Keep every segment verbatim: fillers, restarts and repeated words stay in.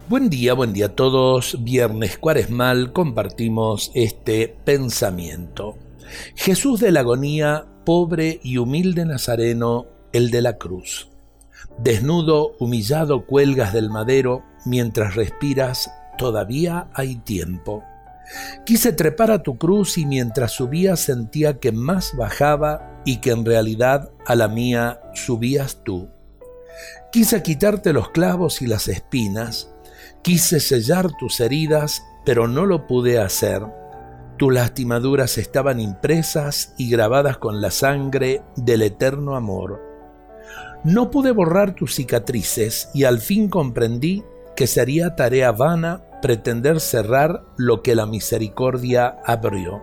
Buen día, buen día a todos. Viernes cuaresmal compartimos este pensamiento. Jesús de la agonía, pobre y humilde Nazareno, el de la cruz. Desnudo, humillado, cuelgas del madero, mientras respiras, todavía hay tiempo. Quise trepar a tu cruz y mientras subía sentía que más bajaba y que en realidad a la mía subías tú. Quise quitarte los clavos y las espinas, quise sellar tus heridas, pero no lo pude hacer. Tus lastimaduras estaban impresas y grabadas con la sangre del eterno amor. No pude borrar tus cicatrices y al fin comprendí que sería tarea vana pretender cerrar lo que la misericordia abrió.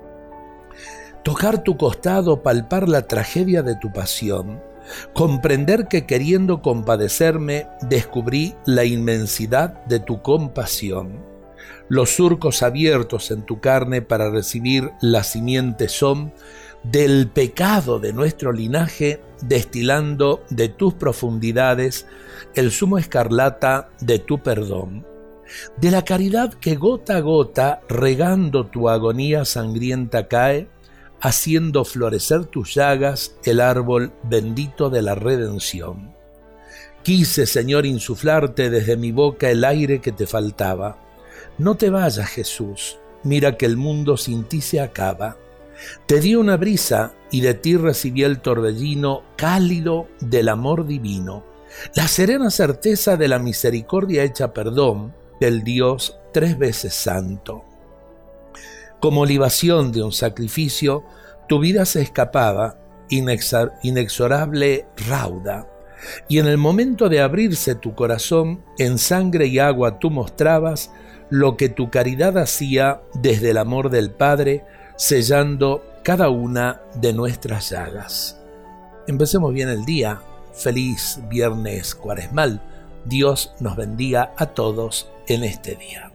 Tocar tu costado, palpar la tragedia de tu pasión, comprender que queriendo compadecerme descubrí la inmensidad de tu compasión. Los surcos abiertos en tu carne para recibir la simiente son del pecado de nuestro linaje, destilando de tus profundidades el zumo escarlata de tu perdón. De la caridad que gota a gota, regando tu agonía sangrienta cae, haciendo florecer tus llagas el árbol bendito de la redención. Quise, Señor, insuflarte desde mi boca el aire que te faltaba. No te vayas, Jesús, mira que el mundo sin ti se acaba. Te di una brisa y de ti recibí el torbellino cálido del amor divino, la serena certeza de la misericordia hecha perdón del Dios tres veces santo. Como libación de un sacrificio, tu vida se escapaba, inexorable rauda, y en el momento de abrirse tu corazón, en sangre y agua tú mostrabas lo que tu caridad hacía desde el amor del Padre, sellando cada una de nuestras llagas. Empecemos bien el día. Feliz viernes cuaresmal. Dios nos bendiga a todos en este día.